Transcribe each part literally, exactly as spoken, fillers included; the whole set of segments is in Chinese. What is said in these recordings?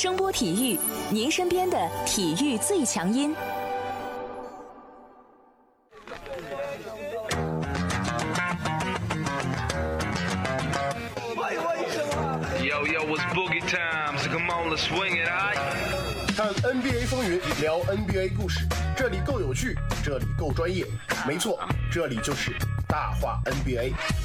声波体育，您身边的体育最强音。 Yo yo, it's boogie time, so come on, let's swing it, alright? 看 N B A 风云，聊 N B A 故事，这里够有趣，这里够专业，没错，这里就是大话 N B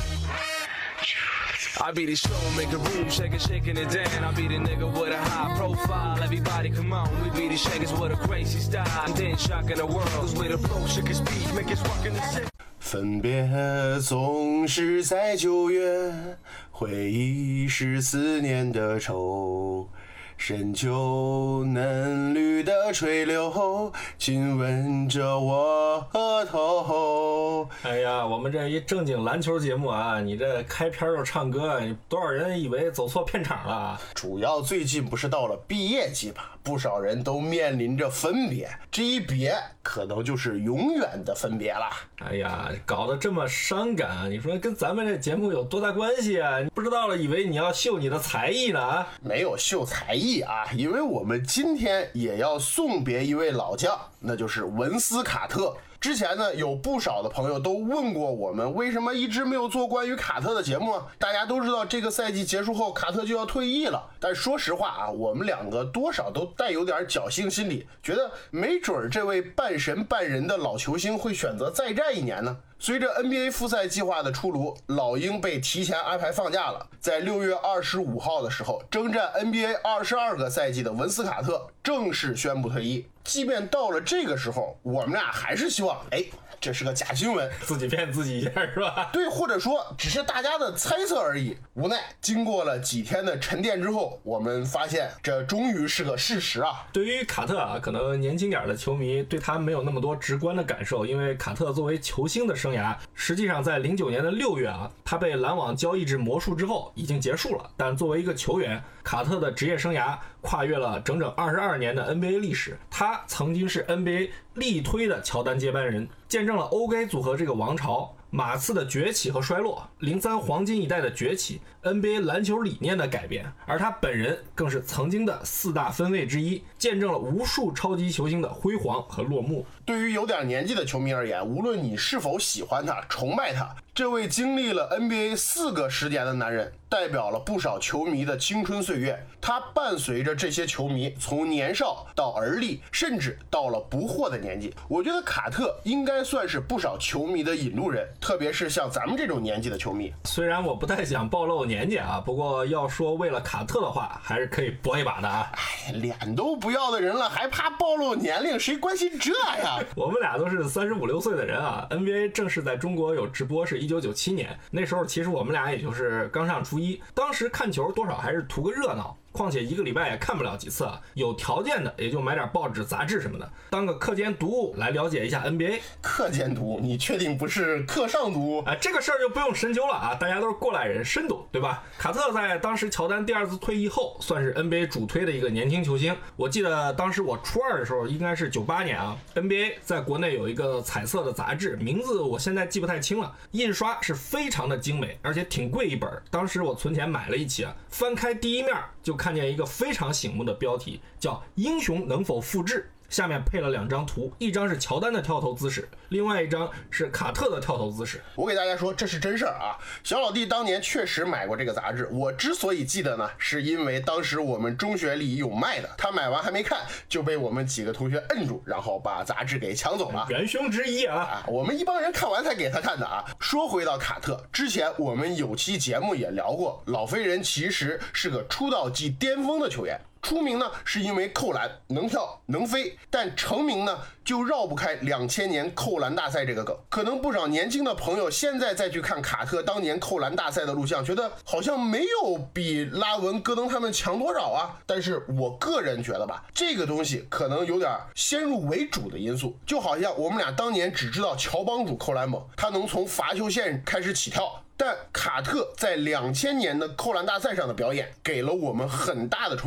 A。I be the show, make a room, shaking, shaking it down. I be the nigga with a high profile. Everybody come on, we be the shakers with a crazy style. And then shocking the world, cause we the flow, shake his speed, make us rockin' the shit. 分别总是在九月，回忆是思念的愁。深秋嫩绿的垂柳，亲吻着我额头。 哎呀，我们这一正经篮球节目啊，你这开篇就唱歌，多少人以为走错片场了。 主要最近不是到了毕业季嘛，不少人都面临着分别，这一别可能就是永远的分别了。 哎呀，搞得这么伤感，你说跟咱们这节目有多大关系啊？你不知道了，以为你要秀你的才艺呢啊？ 没有秀才艺啊，因为我们今天也要送别一位老将，那就是文斯卡特。之前呢，有不少的朋友都问过我们，为什么一直没有做关于卡特的节目啊？大家都知道，这个赛季结束后，卡特就要退役了。但说实话啊，我们两个多少都带有点侥幸心理，觉得没准这位半神半人的老球星会选择再战一年呢。随着 N B A 复赛计划的出炉，老鹰被提前安排放假了。在六月二十五号的时候，征战 N B A 二十二个赛季的文斯卡特正式宣布退役。即便到了这个时候，我们俩还是希望，哎，这是个假新闻， 自己骗自己一下是吧？ 对，或者说只是大家的猜测而已。无奈经过了几天的沉淀之后，我们发现这终于是个事实啊。 对于卡特啊，可能年轻点的球迷对他没有那么多直观的感受，因为卡特作为球星的生涯，实际上在零九年的六月啊，他被篮网交易至魔术之后已经结束了。但作为一个球员，卡特的职业生涯跨越了整整二十二年的 N B A 历史，他曾经是 N B A 力推的乔丹接班人，见证了 O K 组合这个王朝，马刺的崛起和衰落，零三黄金一代的崛起， N B A 篮球理念的改变，而他本人更是曾经的四大分位之一，见证了无数超级球星的辉煌和落幕。 对于有点年纪的球迷而言，无论你是否喜欢他、崇拜他，这位经历了 N B A 四个时点的男人，代表了不少球迷的青春岁月。他伴随着这些球迷从年少到而立，甚至到了不惑的年纪。我觉得卡特应该算是不少球迷的引路人，特别是像咱们这种年纪的球迷。 虽然我不太想暴露年纪啊，不过要说为了卡特的话，还是可以搏一把的啊。 哎，脸都不要的人了，还怕暴露年龄？谁关心这呀？ 我们俩都是三十五六岁的人啊。N B A 正式在中国有直播是一九九七年，那时候其实我们俩也就是刚上初一，当时看球多少还是图个热闹。况且一个礼拜也看不了几次啊，有条件的也就买点报纸杂志什么的，当个课间读物来了解一下 N B A。 课间读？你确定不是课上读？ 哎，这个事儿就不用深究了啊，大家都是过来人，深懂对吧？卡特在当时乔丹第二次退役后，算是 N B A 主推的一个年轻球星。我记得当时我初二的时候，应该是九八年啊 ，N B A 在国内有一个彩色的杂志，名字我现在记不太清了，印刷是非常的精美，而且挺贵一本。当时我存钱买了一期啊，翻开第一面就看见一个非常醒目的标题，叫英雄能否复制，下面配了两张图，一张是乔丹的跳投姿势，另外一张是卡特的跳投姿势。 我给大家说，这是真事儿啊！小老弟当年确实买过这个杂志，我之所以记得呢，是因为当时我们中学里有卖的，他买完还没看，就被我们几个同学摁住，然后把杂志给抢走了。 元凶之一啊！ 啊，我们一帮人看完才给他看的啊。说回到卡特，之前我们有期节目也聊过，老飞人其实是个出道即巅峰的球员。出名呢是因为扣篮能跳能飞，但成名呢就绕不开两千年扣篮大赛这个梗。可能不少年轻的朋友现在再去看卡特当年扣篮大赛的录像，觉得好像没有比拉文戈登他们强多少啊。但是我个人觉得吧，这个东西可能有点先入为主的因素，就好像我们俩当年只知道乔帮主扣篮猛，他能从罚球线开始起跳，但卡特在两千年的扣篮大赛上的表演给了我们很大的冲击。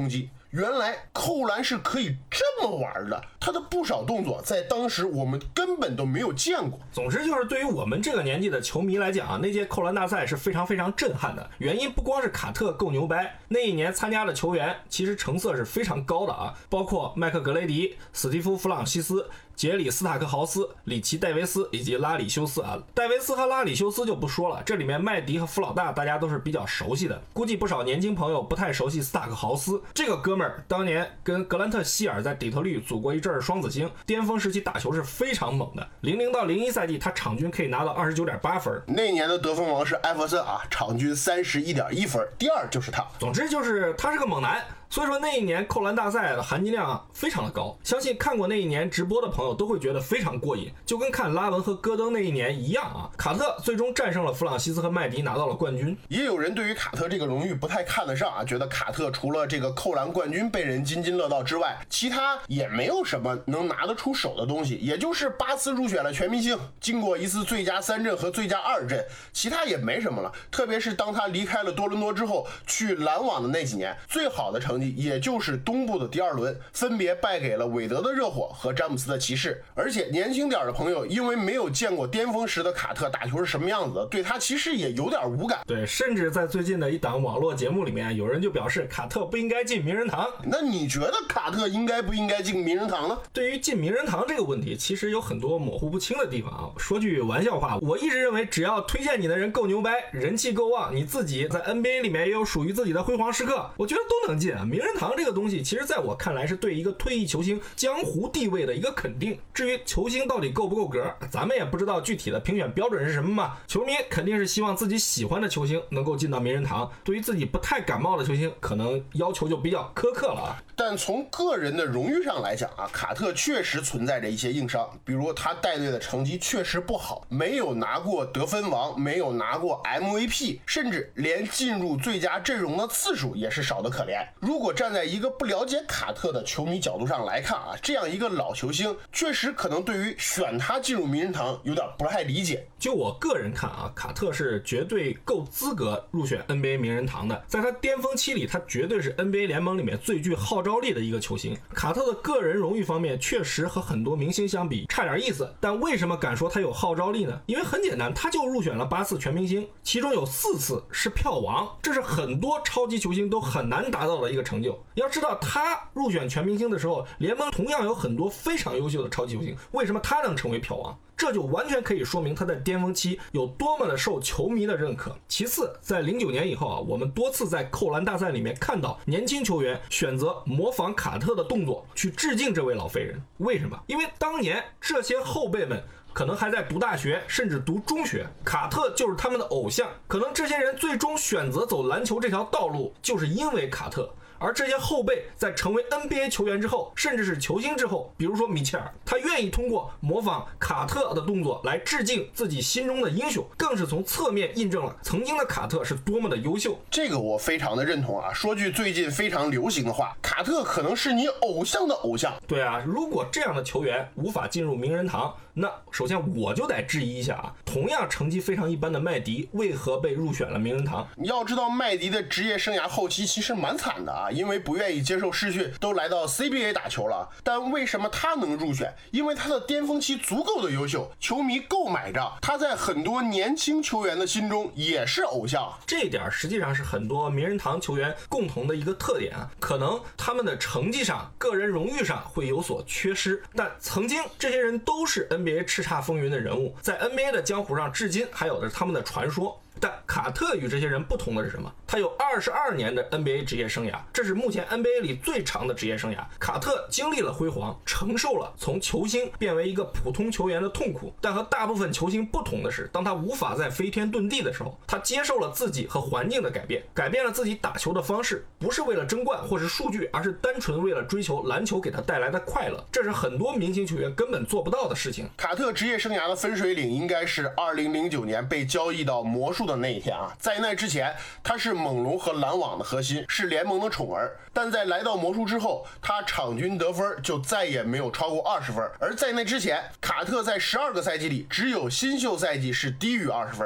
原来扣篮是可以这么玩的，他的不少动作在当时我们根本都没有见过。 总之就是对于我们这个年纪的球迷来讲啊，那届扣篮大赛是非常非常震撼的。原因不光是卡特够牛掰，那一年参加的球员其实成色是非常高的啊，包括麦克格雷迪、史蒂夫·弗朗西斯、杰里·斯塔克豪斯、里奇·戴维斯以及拉里修斯啊。戴维斯和拉里修斯就不说了，这里面麦迪和弗老大大家都是比较熟悉的，估计不少年轻朋友不太熟悉斯塔克豪斯。这个哥们儿当年跟格兰特希尔在底特律组过一阵双子星，巅峰时期打球是非常猛的。零零到零一赛季他场均可以拿到二十九点八分， 那年的得分王是艾弗森啊，场均三十一点一分，第二就是他。 总之就是他是个猛男。所以说那一年扣篮大赛的含金量非常的高，相信看过那一年直播的朋友都会觉得非常过瘾，就跟看拉文和戈登那一年一样啊。卡特最终战胜了弗朗西斯和麦迪，拿到了冠军。 也有人对于卡特这个荣誉不太看得上啊，觉得卡特除了这个扣篮冠军被人津津乐道之外，其他也没有什么能拿得出手的东西，也就是八次入选了全明星，经过一次最佳三振和最佳二振，其他也没什么了。特别是当他离开了多伦多之后，去篮网的那几年，最好的成绩也就是东部的第二轮，分别败给了韦德的热火和詹姆斯的骑士。而且年轻点的朋友因为没有见过巅峰时的卡特打球是什么样子的，对他其实也有点无感。 对，甚至在最近的一档网络节目里面，有人就表示卡特不应该进名人堂。 那你觉得卡特应该不应该进名人堂呢？ 对于进名人堂这个问题，其实有很多模糊不清的地方啊。说句玩笑话，我一直认为只要推荐你的人够牛掰，人气够旺，你自己在 N B A 里面也有属于自己的辉煌时刻，我觉得都能进啊。名人堂这个东西，其实在我看来是对一个退役球星江湖地位的一个肯定。至于球星到底够不够格，咱们也不知道具体的评选标准是什么嘛。球迷肯定是希望自己喜欢的球星能够进到名人堂，对于自己不太感冒的球星，可能要求就比较苛刻了啊。 但从个人的荣誉上来讲啊，卡特确实存在着一些硬伤，比如他带队的成绩确实不好，没有拿过得分王，没有拿过 M V P， 甚至连进入最佳阵容的次数也是少得可怜。如果站在一个不了解卡特的球迷角度上来看啊，这样一个老球星确实可能对于选他进入名人堂有点不太理解。 就我个人看啊，卡特是绝对够资格入选 N B A 名人堂的，在他巅峰期里，他绝对是 N B A 联盟里面最具号召力的一个球星。卡特的个人荣誉方面确实和很多明星相比差点意思，但为什么敢说他有号召力呢？因为很简单，他就入选了八次全明星，其中有四次是票王，这是很多超级球星都很难达到的一个成就。要知道他入选全明星的时候，联盟同样有很多非常优秀的超级球星，为什么他能成为票王？这就完全可以说明他在巅峰期有多么的受球迷的认可。其次，在零九年以后啊，我们多次在扣篮大赛里面看到年轻球员选择模仿卡特的动作去致敬这位老废人。为什么？因为当年这些后辈们可能还在读大学，甚至读中学，卡特就是他们的偶像。可能这些人最终选择走篮球这条道路，就是因为卡特。而这些后辈在成为 N B A 球员之后，甚至是球星之后，比如说米切尔，他愿意通过模仿卡特的动作来致敬自己心中的英雄，更是从侧面印证了曾经的卡特是多么的优秀。 这个我非常的认同啊。说句最近非常流行的话，卡特可能是你偶像的偶像。 对啊，如果这样的球员无法进入名人堂，那首先我就得质疑一下啊，同样成绩非常一般的麦迪为何被入选了名人堂？ 你要知道麦迪的职业生涯后期其实蛮惨的啊，因为不愿意接受试训，都来到 C B A 打球了。但为什么他能入选？因为他的巅峰期足够的优秀，球迷够买账，他在很多年轻球员的心中也是偶像。 这一点实际上是很多名人堂球员共同的一个特点啊，可能他们的成绩上、个人荣誉上会有所缺失，但曾经这些人都是 N B A 叱咤风云的人物，在 N B A 的江湖上至今还有着他们的传说。但卡特与这些人不同的是什么？他有二十二年的 N B A 职业生涯，这是目前 N B A 里最长的职业生涯。卡特经历了辉煌，承受了从球星变为一个普通球员的痛苦，但和大部分球星不同的是，当他无法再飞天遁地的时候，他接受了自己和环境的改变，改变了自己打球的方式，不是为了争冠或是数据，而是单纯为了追求篮球给他带来的快乐。这是很多明星球员根本做不到的事情。 卡特职业生涯的分水岭应该是二零零九年被交易到魔术的那一天啊，在那之前，他是猛龙和篮网的核心，是联盟的宠儿。但在来到魔术之后，他场均得分就再也没有超过二十分。而在那之前，卡特在十二个赛季里，只有新秀赛季是低于二十分的。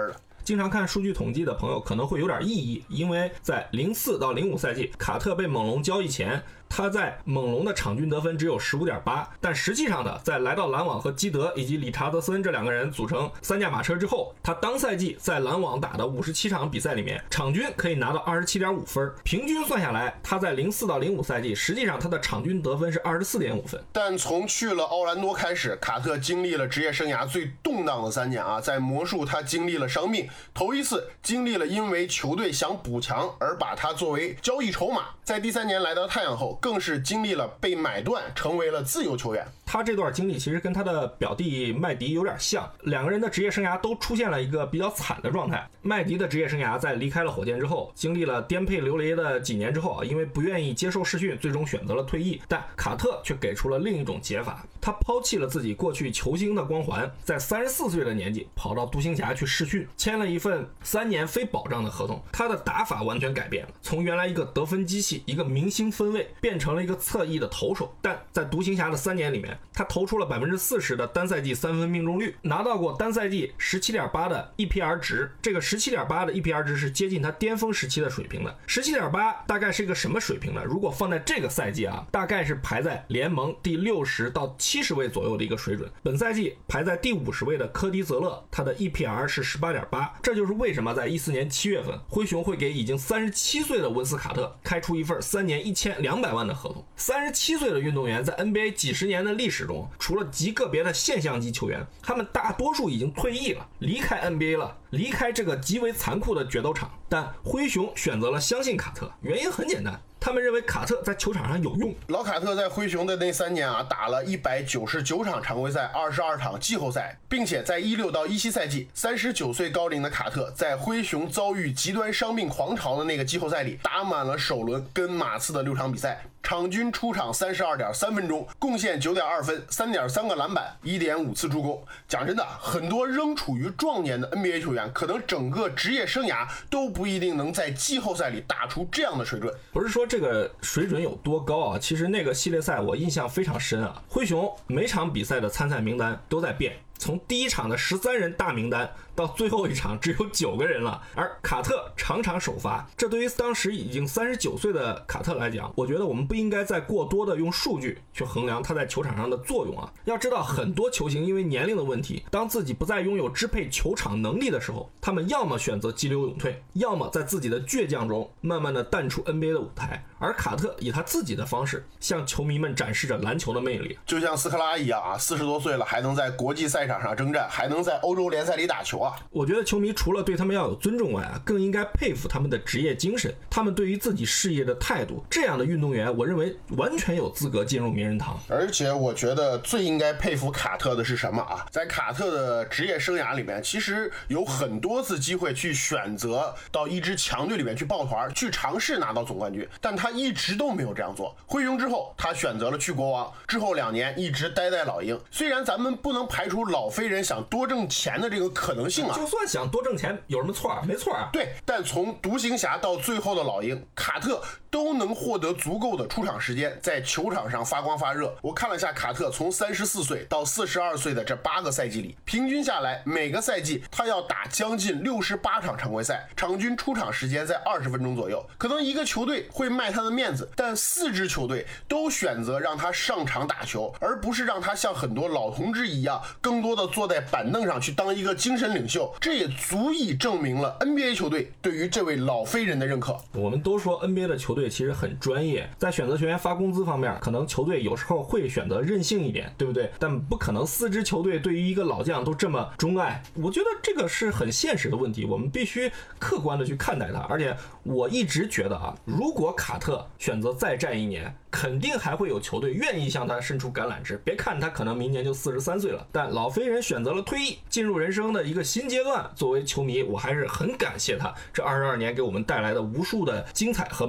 经常看数据统计的朋友可能会有点异议，因为在零四到零五赛季卡特被猛龙交易前，他在猛龙的场均得分只有 十五点八， 但实际上的在来到篮网和基德以及理查德森这两个人组成三驾马车之后，他当赛季在篮网打的五十七场比赛里面，场均可以拿到 二十七点五分，平均算下来，他在零四到零五赛季实际上他的场均得分是 二十四点五分。 但从去了奥兰多开始，卡特经历了职业生涯最动荡的三年啊，在魔术他经历了伤病，头一次经历了因为球队想补强而把他作为交易筹码，在第三年来到太阳后更是经历了被买断成为了自由球员。 他这段经历其实跟他的表弟麦迪有点像，两个人的职业生涯都出现了一个比较惨的状态。麦迪的职业生涯在离开了火箭之后，经历了颠沛流离的几年之后啊，因为不愿意接受试训，最终选择了退役。但卡特却给出了另一种解法，他抛弃了自己过去球星的光环，在三十四岁的年纪跑到独行侠去试训，签了一份三年非保障的合同。他的打法完全改变了，从原来一个得分机器、一个明星分位，变成了一个侧翼的投手。但在独行侠的三年里面，他投出了 百分之四十 的单赛季三分命中率，拿到过单赛季 十七点八 的 E P R 值，这个 十七点八 的 E P R 值是接近他巅峰时期的水平的。 十七点八 大概是一个什么水平呢？如果放在这个赛季啊，大概是排在联盟第六十到七十位左右的一个水准。本赛季排在第五十位的科迪泽勒，他的 E P R 是 十八点八， 这就是为什么在一四年七月份灰熊会给已经三十七岁的温斯卡特开出一份三年一千两百万的合同。三十七岁的运动员在 N B A 几十年的历史中，除了极个别的现象级球员，他们大多数已经退役了，离开 N B A 了，离开这个极为残酷的决斗场。但灰熊选择了相信卡特，原因很简单，他们认为卡特在球场上有用。 老卡特在灰熊的那三年啊，打了一百九十九场常规赛，二十二场季后赛，并且在一六到一七赛季，三十九岁高龄的卡特在灰熊遭遇极端伤病狂潮的那个季后赛里，打满了首轮跟马刺的六场比赛，场均出场 三十二点三分钟，贡献 九点二分， 三点三个篮板， 一点五次助攻。讲真的，很多仍处于壮年的 N B A 球员，可能整个职业生涯都不一定能在季后赛里打出这样的水准。 不是说这个水准有多高啊，其实那个系列赛我印象非常深啊。灰熊每场比赛的参赛名单都在变，从第一场的十三人大名单到最后一场只有九个人了，而卡特场场首发，这对于当时已经三十九岁的卡特来讲，我觉得我们不应该再过多的用数据去衡量他在球场上的作用啊。要知道，很多球星因为年龄的问题，当自己不再拥有支配球场能力的时候，他们要么选择激流勇退，要么在自己的倔强中慢慢的淡出 N B A 的舞台。而卡特以他自己的方式向球迷们展示着篮球的魅力， 就像斯科拉一样啊，四十多岁了还能在国际赛场上征战，还能在欧洲联赛里打球啊。 我觉得球迷除了对他们要有尊重外啊，更应该佩服他们的职业精神，他们对于自己事业的态度。这样的运动员，我认为完全有资格进入名人堂。 而且我觉得最应该佩服卡特的是什么啊？在卡特的职业生涯里面，其实有很多次机会去选择到一支强队里面去抱团，去尝试拿到总冠军，但他一直都没有这样做。灰熊之后，他选择了去国王，之后两年一直待在老鹰。虽然咱们不能排除老飞人想多挣钱的这个可能性啊， 就算想多挣钱有什么错？没错啊。 对，但从独行侠到最后的老鹰，卡特都能获得足够的出场时间，在球场上发光发热。我看了下卡特从三十四岁到四十二岁的这八个赛季里，平均下来每个赛季他要打将近六十八场常规赛，场均出场时间在二十分钟左右。可能一个球队会卖他的面子，但四支球队都选择让他上场打球，而不是让他像很多老同志一样，更多的坐在板凳上去当一个精神领袖。这也足以证明了 N B A 球队对于这位老飞人的认可。 我们都说 N B A 的球队其实很专业，在选择球员发工资方面，可能球队有时候会选择任性一点，对不对？但不可能四支球队对于一个老将都这么钟爱。我觉得这个是很现实的问题，我们必须客观的去看待它。而且我一直觉得啊，如果卡特选择再战一年，肯定还会有球队愿意向他伸出橄榄枝。别看他可能明年就四十三岁了，但老飞人选择了退役，进入人生的一个新阶段。作为球迷，我还是很感谢他这二十二年给我们带来的无数的精彩和美好的回忆。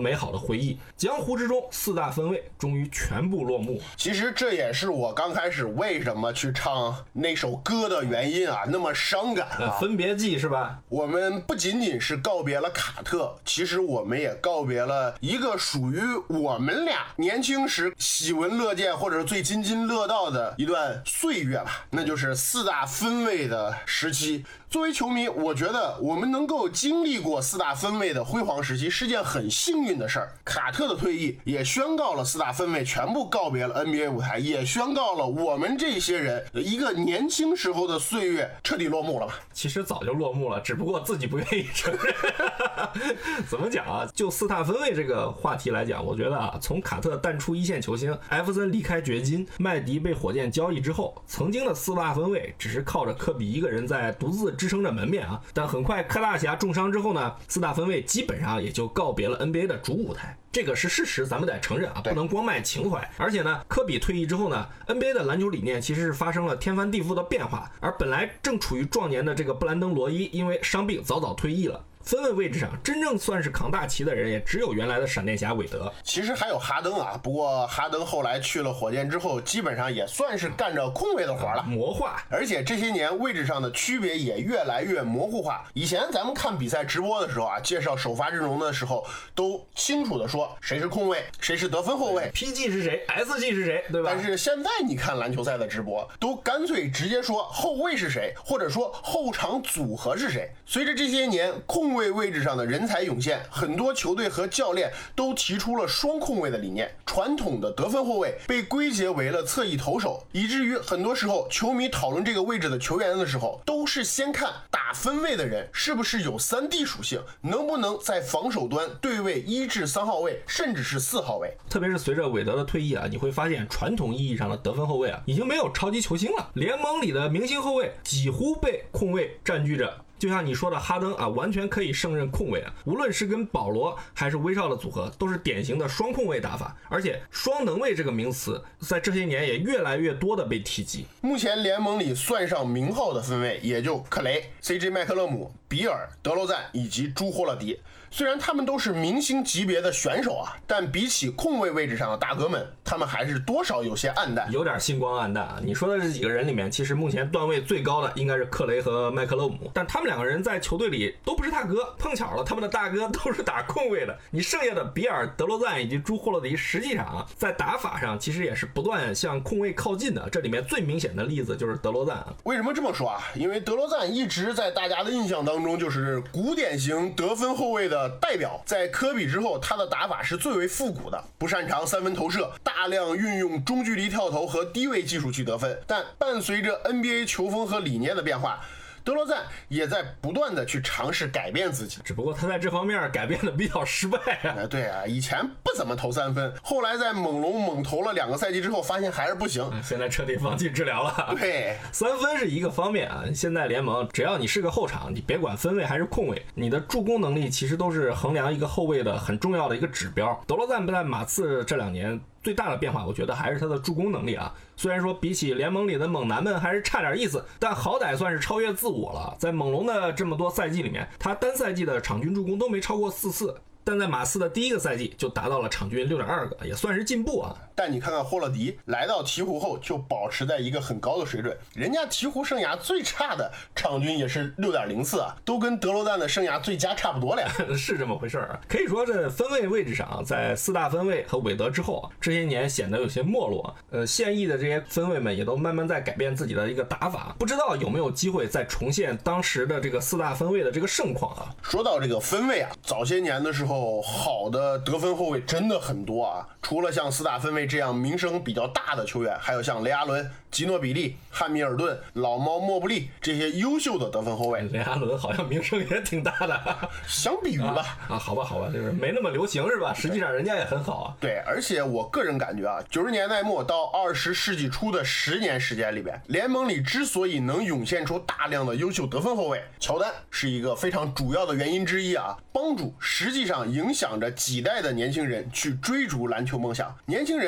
回忆，江湖之中四大分位终于全部落幕。 其实这也是我刚开始为什么去唱那首歌的原因啊，那么伤感啊。 呃、分别记是吧？ 我们不仅仅是告别了卡特，其实我们也告别了一个属于我们俩年轻时喜闻乐见或者是最津津乐道的一段岁月吧，那就是四大分位的时期。作为球迷，我觉得我们能够经历过四大分位的辉煌时期是件很幸运的事儿。卡特的退役也宣告了四大分位全部告别了 N B A 舞台，也宣告了我们这些人一个年轻时候的岁月彻底落幕了吧？ 其实早就落幕了，只不过自己不愿意承认。怎么讲啊？就四大分位这个话题来讲，我觉得啊，从卡特淡出一线球星，艾弗森离开掘金，麦迪被火箭交易之后，曾经的四大分位只是靠着科比一个人在独自支撑着门面啊。但很快科大侠重伤之后呢，四大分位基本上也就告别了 N B A 的主舞台。这个是事实，咱们得承认啊，不能光卖情怀。而且呢，科比退役之后呢 ，N B A 的篮球理念其实是发生了天翻地覆的变化。而本来正处于壮年的这个布兰登·罗伊，因为伤病早早退役了。分位位置上真正算是扛大旗的人也只有原来的闪电侠韦德， 其实还有哈登啊，不过哈登后来去了火箭之后基本上也算是干着空位的活了， 魔化。 而且这些年位置上的区别也越来越模糊化。以前咱们看比赛直播的时候啊，介绍首发阵容的时候都清楚的说谁是空位谁是得分后卫， P G 是谁 S G 是谁，对吧？ 但是现在你看篮球赛的直播都干脆直接说后卫是谁，或者说后场组合是谁。随着这些年空位位置上的人才涌现，很多球队和教练都提出了双控卫的理念，传统的得分后卫被归结为了侧翼投手，以至于很多时候球迷讨论这个位置的球员的时候都是先看打分位的人是不是有 三 D 属性，能不能在防守端对位一至三号位甚至是四号位。 特别是随着韦德的退役啊，你会发现传统意义上的得分后卫啊已经没有超级球星了，联盟里的明星后卫几乎被控卫占据着。就像你说的哈登啊，完全可以胜任控卫啊，无论是跟保罗还是威少的组合都是典型的双控卫打法，而且双能卫这个名词在这些年也越来越多的被提及。 目前联盟里算上名号的分卫也就克雷、 C J 麦克勒姆、比尔、德罗赞以及朱霍勒迪。虽然他们都是明星级别的选手啊，但比起控卫位置上的大哥们，他们还是多少有些暗淡， 有点星光暗淡啊。你说的这几个人里面，其实目前段位最高的应该是克雷和麦克勒姆，但他们两个人在球队里都不是大哥，碰巧了他们的大哥都是打控卫的。你剩下的比尔、德罗赞以及朱霍勒迪，实际上啊，在打法上其实也是不断向控卫靠近的。这里面最明显的例子就是德罗赞啊。 为什么这么说啊？因为德罗赞一直在大家的印象当中就是古典型得分后卫的代表，在科比之后，他的打法是最为复古的，不擅长三分投射，大量运用中距离跳投和低位技术去得分。但伴随着 N B A 球风和理念的变化，德罗赞也在不断的去尝试改变自己， 只不过他在这方面改变的比较失败啊。 哎，对啊，以前不怎么投三分，后来在猛龙猛投了两个赛季之后，发现还是不行， 现在彻底放弃治疗了。 对， 三分是一个方面啊，现在联盟只要你是个后场，你别管分位还是控卫，你的助攻能力其实都是衡量一个后卫的很重要的一个指标。德罗赞在马刺这两年最大的变化，我觉得还是他的助攻能力啊。虽然说比起联盟里的猛男们还是差点意思，但好歹算是超越自我了。在猛龙的这么多赛季里面，他单赛季的场均助攻都没超过四次，但在马刺的第一个赛季就达到了场均 六点二 个，也算是进步啊。 但你看看霍勒迪来到鹈鹕后就保持在一个很高的水准，人家鹈鹕生涯最差的场均也是 六点零四 啊，都跟德罗赞的生涯最佳差不多了呀。 是这么回事啊。可以说这分位位置上，在四大分位和韦德之后啊，这些年显得有些没落。呃，现役的这些分位们也都慢慢在改变自己的一个打法，不知道有没有机会再重现当时的这个四大分位的这个盛况啊。 说到这个分位啊，早些年的时候好的得分后卫真的很多啊，除了像四大分位这样名声比较大的球员，还有像雷阿伦、吉诺比利、汉密尔顿、老猫莫布利这些优秀的得分后卫。 雷阿伦好像名声也挺大的， 相比于吧， 啊，啊好吧好吧，就是没那么流行是吧？实际上人家也很好啊。 对，而且我个人感觉啊，九十年代末到二十世纪初的十年时间里边，联盟里之所以能涌现出大量的优秀得分后卫，乔丹是一个非常主要的原因之一啊。帮助实际上影响着几代的年轻人去追逐篮球梦想。年轻人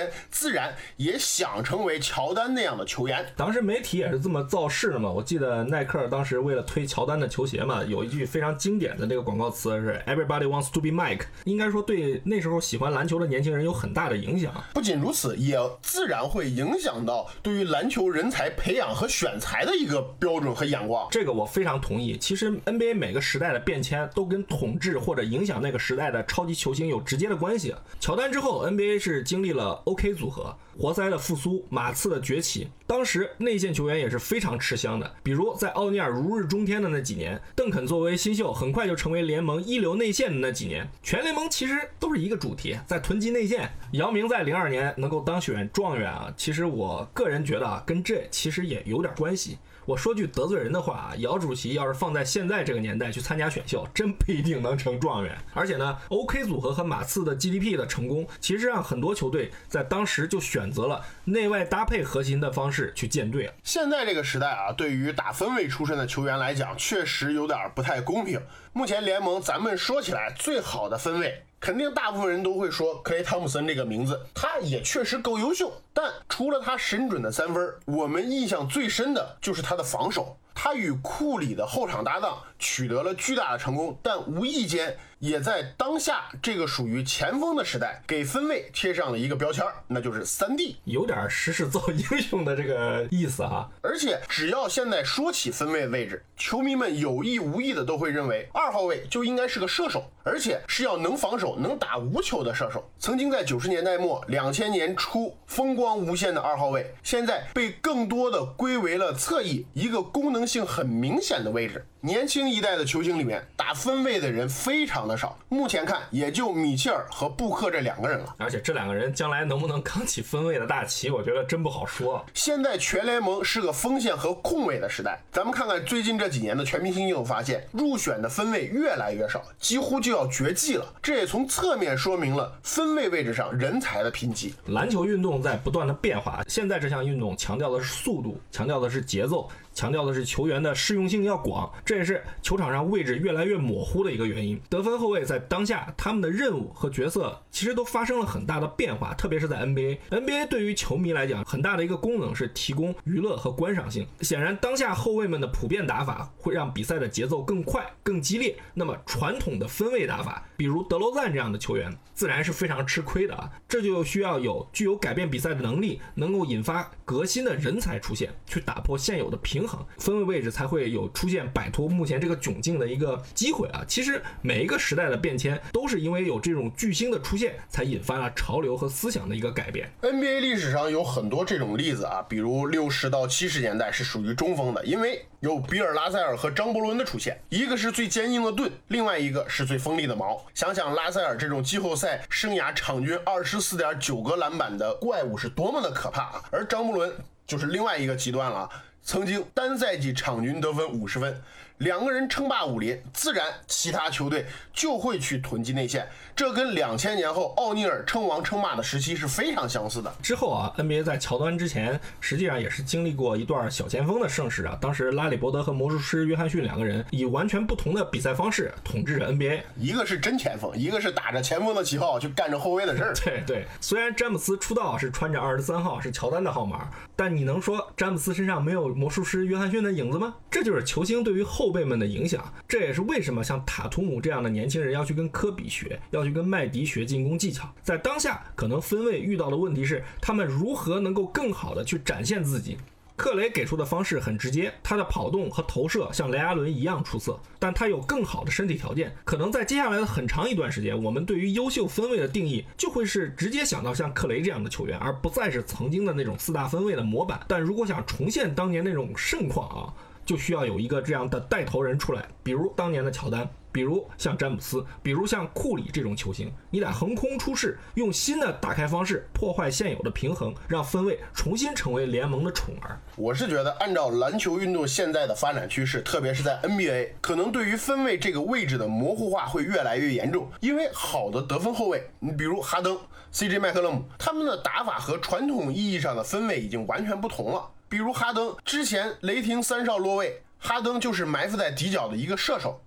员自然也想成为乔丹那样的球员。 当时媒体也是这么造势的嘛。我记得耐克当时为了推乔丹的球鞋嘛，有一句非常经典的那个广告词是 Everybody wants to be Mike， 应该说对那时候喜欢篮球的年轻人有很大的影响。 不仅如此，也自然会影响到对于篮球人才培养和选材的一个标准和眼光。 这个我非常同意。其实 N B A 每个时代的变迁都跟统治或者影响那个时代的超级球星有直接的关系。乔丹之后 N B A 是经历了 OK 组合、活塞的复苏、马刺的崛起，当时内线球员也是非常吃香的。比如在奥尼尔如日中天的那几年，邓肯作为新秀很快就成为联盟一流内线的那几年，全联盟其实都是一个主题，在囤积内线。姚明在零二年能够当选状元啊，其实我个人觉得啊，跟这其实也有点关系。我说句得罪人的话，姚主席要是放在现在这个年代去参加选秀，真不一定能成状元。而且呢 OK 组合和马刺的 G D P 的成功，其实让很多球队在当时就选择了内外搭配核心的方式去建队。 现在这个时代啊，对于打分位出身的球员来讲，确实有点不太公平。目前联盟咱们说起来最好的分位，肯定大部分人都会说克雷汤普森这个名字，他也确实够优秀。但除了他神准的三分，我们印象最深的就是他的防守。他与库里的后场搭档取得了巨大的成功，但无意间也在当下这个属于前锋的时代，给分位贴上了一个标签，那就是三 D， 有点时势造英雄的这个意思哈。 而且只要现在说起分位位置，球迷们有意无意的都会认为二号位就应该是个射手，而且是要能防守、能打无球的射手。曾经在九十年代末、两千年初风光无限的二号位，现在被更多的归为了侧翼，一个功能性很明显的位置。年轻一代的球星里面，打分位的人非常的少，目前看也就米切尔和布克这两个人了。 而且这两个人将来能不能扛起分位的大旗，我觉得真不好说。 现在全联盟是个锋线和控卫的时代，咱们看看最近这几年的全明星，就发现入选的分位越来越少，几乎就要绝迹了。这也从侧面说明了分位位置上人才的贫瘠。 篮球运动在不断的变化，现在这项运动强调的是速度，强调的是节奏，强调的是球员的适用性要广，这也是球场上位置越来越模糊的一个原因。得分后卫在当下他们的任务和角色其实都发生了很大的变化，特别是在 N B A。N B A 对于球迷来讲，很大的一个功能是提供娱乐和观赏性。显然，当下后卫们的普遍打法会让比赛的节奏更快、更激烈。那么传统的分位打法，比如德罗赞这样的球员，自然是非常吃亏的啊。这就需要有具有改变比赛的能力，能够引发革新的人才出现，去打破现有的平衡，分位位置才会有出现摆脱目前这个窘境的一个机会啊！其实每一个时代的变迁，都是因为有这种巨星的出现，才引发了潮流和思想的一个改变。 N B A 历史上有很多这种例子啊，比如六十到七十年代是属于中锋的，因为有比尔·拉塞尔和张伯伦的出现，一个是最坚硬的盾，另外一个是最锋利的矛。想想拉塞尔这种季后赛生涯场均 二十四点九 个篮板的怪物是多么的可怕啊！而张伯伦就是另外一个极端了啊，曾经单赛季场均得分五十分，两个人称霸武林，自然其他球队就会去囤积内线，这跟两千年后奥尼尔称王称霸的时期是非常相似的。 之后啊 N B A 在乔丹之前实际上也是经历过一段小前锋的盛世啊，当时拉里伯德和魔术师约翰逊两个人以完全不同的比赛方式统治着 N B A， 一个是真前锋，一个是打着前锋的旗号去干着后卫的事儿。 对对，虽然詹姆斯出道是穿着二十三号，是乔丹的号码，但你能说詹姆斯身上没有魔术师约翰逊的影子吗？这就是球星对于后辈们的影响。这也是为什么像塔图姆这样的年轻人要去跟科比学，要去跟麦迪学进攻技巧。在当下可能分位遇到的问题是，他们如何能够更好的去展现自己。克雷给出的方式很直接，他的跑动和投射像雷阿伦一样出色，但他有更好的身体条件。可能在接下来的很长一段时间，我们对于优秀分位的定义就会是直接想到像克雷这样的球员，而不再是曾经的那种四大分位的模板。但如果想重现当年那种盛况啊，就需要有一个这样的带头人出来，比如当年的乔丹，比如像詹姆斯，比如像库里这种球星，你得横空出世，用新的打开方式破坏现有的平衡，让分位重新成为联盟的宠儿。 我是觉得按照篮球运动现在的发展趋势，特别是在 N B A， 可能对于分位这个位置的模糊化会越来越严重。因为好的得分后卫，你比如哈登、C J 麦克勒姆，他们的打法和传统意义上的分位已经完全不同了。比如哈登之前雷霆三少落位，哈登就是埋伏在底角的一个射手，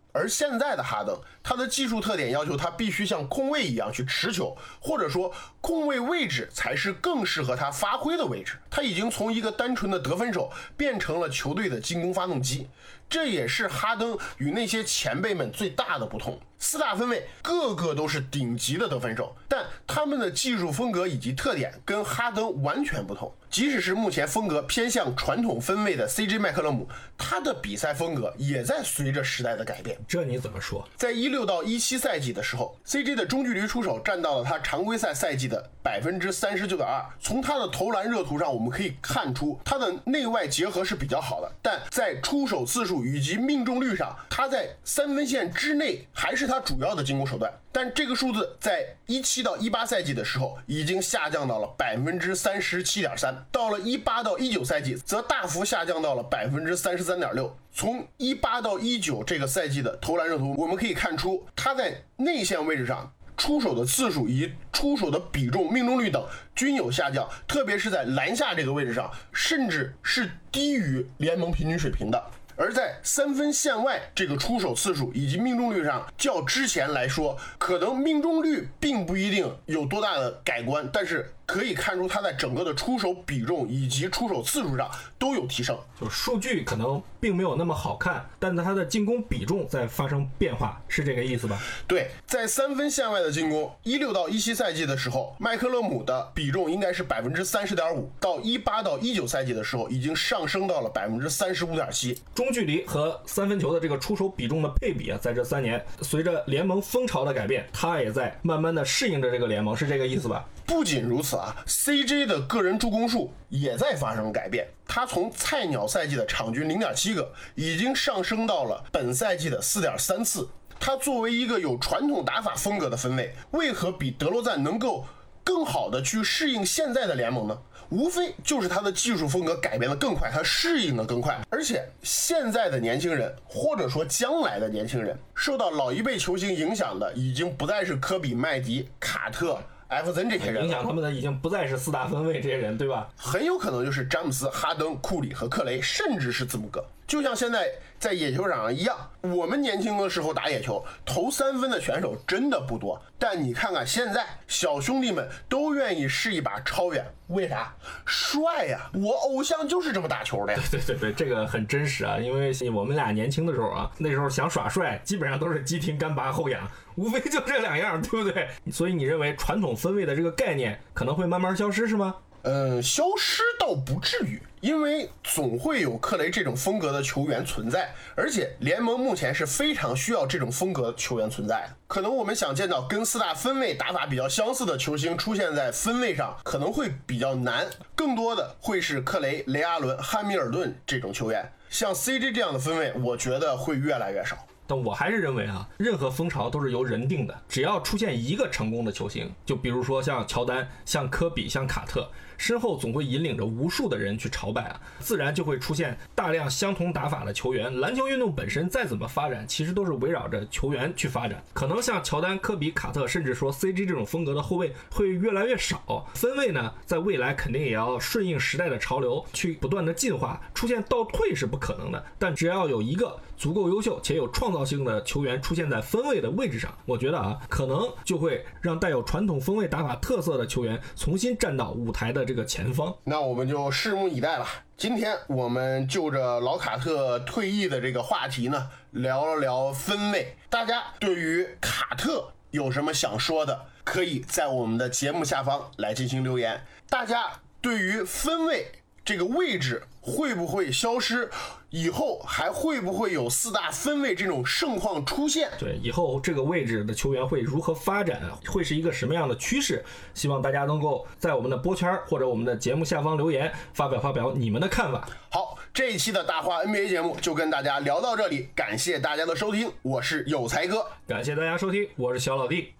而现在的哈登，他的技术特点要求他必须像控卫一样去持球，或者说控卫位置才是更适合他发挥的位置。他已经从一个单纯的得分手变成了球队的进攻发动机，这也是哈登与那些前辈们最大的不同。四大分卫个个都是顶级的得分手，但他们的技术风格以及特点跟哈登完全不同。即使是目前风格偏向传统分卫的 C J 麦克勒姆，他的比赛风格也在随着时代的改变。 这你怎么说？ 在一六到一七赛季的时候 ，C J 的中距离出手占到了他常规赛赛季的百分之三十九点二。从他的投篮热图上，我们可以看出他的内外结合是比较好的，但在出手次数以及命中率上，他在三分线之内还是他主要的进攻手段。但这个数字在一七到一八赛季的时候已经下降到了百分之三十七点三，到了一八到一九赛季则大幅下降到了百分之三十三点六。从一八到一九这个赛季的投篮热图，我们可以看出他在内线位置上出手的次数以及出手的比重、命中率等均有下降，特别是在篮下这个位置上，甚至是低于联盟平均水平的。而在三分线外这个出手次数以及命中率上，较之前来说，可能命中率并不一定有多大的改观，但是可以看出他在整个的出手比重以及出手次数上都有提升。 就数据可能并没有那么好看，但他的进攻比重在发生变化，是这个意思吧？ 对，在三分线外的进攻，一六到一七赛季的时候，麦克勒姆的比重应该是百分之三十点五，到一八到一九赛季的时候，已经上升到了百分之三十五点七。 中距离和三分球的这个出手比重的配比啊，在这三年随着联盟风潮的改变，他也在慢慢的适应着这个联盟，是这个意思吧？ 不仅如此啊 ，C J 的个人助攻数也在发生改变。他从菜鸟赛季的场均 零点七个，已经上升到了本赛季的 四点三次。他作为一个有传统打法风格的分卫，为何比德罗赞能够更好的去适应现在的联盟呢？无非就是他的技术风格改变的更快，他适应的更快。而且现在的年轻人，或者说将来的年轻人，受到老一辈球星影响的已经不再是科比、麦迪、卡特、艾弗森这些人， 影响他们的已经不再是四大分卫这些人，对吧？ 很有可能就是詹姆斯、哈登、库里和克雷，甚至是字母哥。就像现在在野球场上一样，我们年轻的时候打野球，投三分的选手真的不多，但你看看现在小兄弟们都愿意试一把超远，为啥？帅呀！我偶像就是这么打球的呀。 对对对，这个很真实啊，因为我们俩年轻的时候啊，那时候想耍帅，基本上都是急停干拔后仰，无非就这两样，对不对？所以你认为传统分卫的这个概念可能会慢慢消失是吗？ 嗯，消失倒不至于，因为总会有克雷这种风格的球员存在，而且联盟目前是非常需要这种风格的球员存在的。可能我们想见到跟四大分卫打法比较相似的球星出现在分卫上，可能会比较难，更多的会是克雷、雷阿伦、汉密尔顿这种球员。像 C J 这样的分卫，我觉得会越来越少。 但我还是认为啊，任何风潮都是由人定的，只要出现一个成功的球星，就比如说像乔丹、像科比、像卡特，身后总会引领着无数的人去朝拜啊，自然就会出现大量相同打法的球员。篮球运动本身再怎么发展，其实都是围绕着球员去发展。可能像乔丹、科比、卡特，甚至说 C J 这种风格的后卫会越来越少。分卫呢，在未来肯定也要顺应时代的潮流，去不断的进化，出现倒退是不可能的。但只要有一个足够优秀且有创造性的球员出现在分卫的位置上，我觉得啊，可能就会让带有传统分卫打法特色的球员重新站到舞台的这个前方。 那我们就拭目以待吧。今天我们就着老卡特退役的这个话题呢，聊了聊分卫。大家对于卡特有什么想说的，可以在我们的节目下方来进行留言。大家对于分卫这个位置会不会消失？以后还会不会有四大分卫这种盛况出现？ 对，以后这个位置的球员会如何发展，会是一个什么样的趋势？希望大家能够在我们的播圈或者我们的节目下方留言，发表发表你们的看法。 好，这一期的大话 N B A 节目就跟大家聊到这里，感谢大家的收听，我是有才哥， 感谢大家收听，我是小老弟。